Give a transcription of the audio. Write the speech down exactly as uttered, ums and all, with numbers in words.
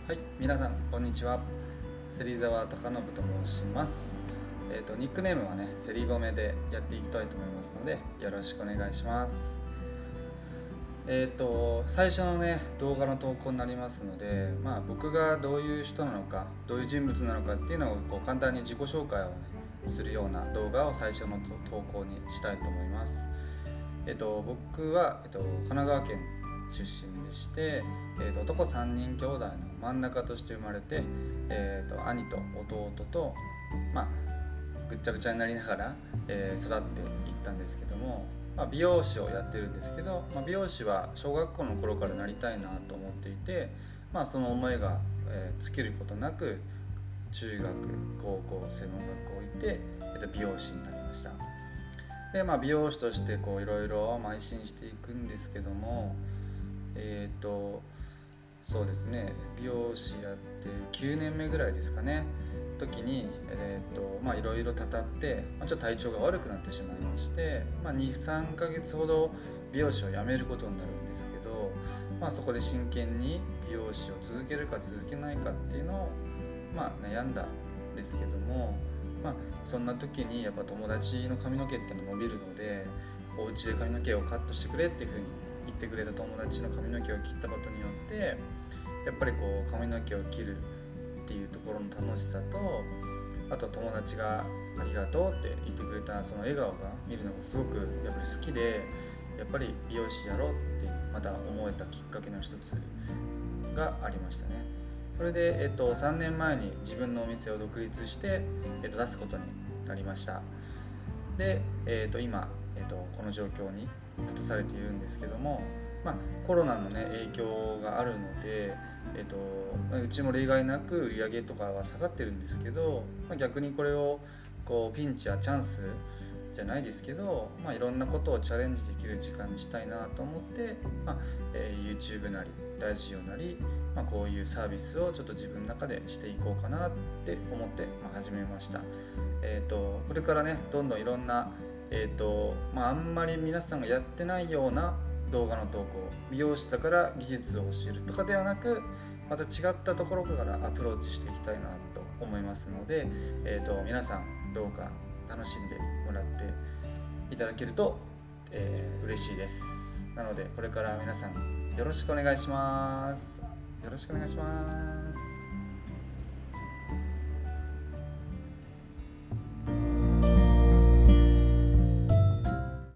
はい、皆さんこんにちは。芹沢貴信と申します。えっ、とニックネームはね、セリゴメでやっていきたいと思いますので、よろしくお願いします。えっ、と最初のね動画の投稿になりますので、まあ僕がどういう人なのか、どういう人物なのかっていうのをこう簡単に自己紹介をねするような動画を最初の投稿にしたいと思います。えっ、と僕は、えっ、と神奈川県出身でして、えー、と男さんにん兄弟の真ん中として生まれて、えー、と兄と弟と、まあ、ぐっちゃぐちゃになりながら、えー、育っていったんですけども、まあ、美容師をやってるんですけど、まあ、美容師は小学校の頃からなりたいなと思っていて、まあ、その思いが、えー尽きることなく中学高校専門学校行って、えー、と美容師になりました。で、まあ、美容師としてこういろいろ邁進していくんですけども、えっ、とそうですね、美容師やってきゅうねんめぐらいですかね時に、えっ、とまあいろいろたたって、まあ、ちょっと体調が悪くなってしまいまして、まあ、にさんかげつほど美容師を辞めることになるんですけど、まあ、そこで真剣に美容師を続けるか続けないかっていうのを、まあ、悩んだんですけども、まあ、そんな時にやっぱ友達の髪の毛っていうの伸びるので、お家で髪の毛をカットしてくれっていうふうに言ってくれた友達の髪の毛を切ったことによって、やっぱりこう髪の毛を切るっていうところの楽しさと、あと友達がありがとうって言ってくれたその笑顔が見るのがすごくやっぱり好きで、やっぱり美容師やろうってまた思えたきっかけの一つがありましたね。それで、えっと、さんねんまえに自分のお店を独立して、えっと、出すことになりました。で、えっと、今、えっと、この状況に立たされているんですけども、まあ、コロナの、ね、影響があるので、えっと、うちも例外なく売り上げとかは下がってるんですけど、まあ、逆にこれをこうピンチやチャンスじゃないですけど、まあ、いろんなことをチャレンジできる時間にしたいなと思って、まあえー、YouTube なりラジオなり、まあ、こういうサービスをちょっと自分の中でしていこうかなって思って、まあ、始めました。えーと、これからねどんどんいろんな、えーとまあ、あんまり皆さんがやってないような動画の投稿、美容師だから技術を教えるとかではなく、また違ったところからアプローチしていきたいなと思いますので、えーと皆さんどうか楽しんでもらっていただけると、えー、嬉しいです。なのでこれから皆さんよろしくお願いします。よろしくお願いします。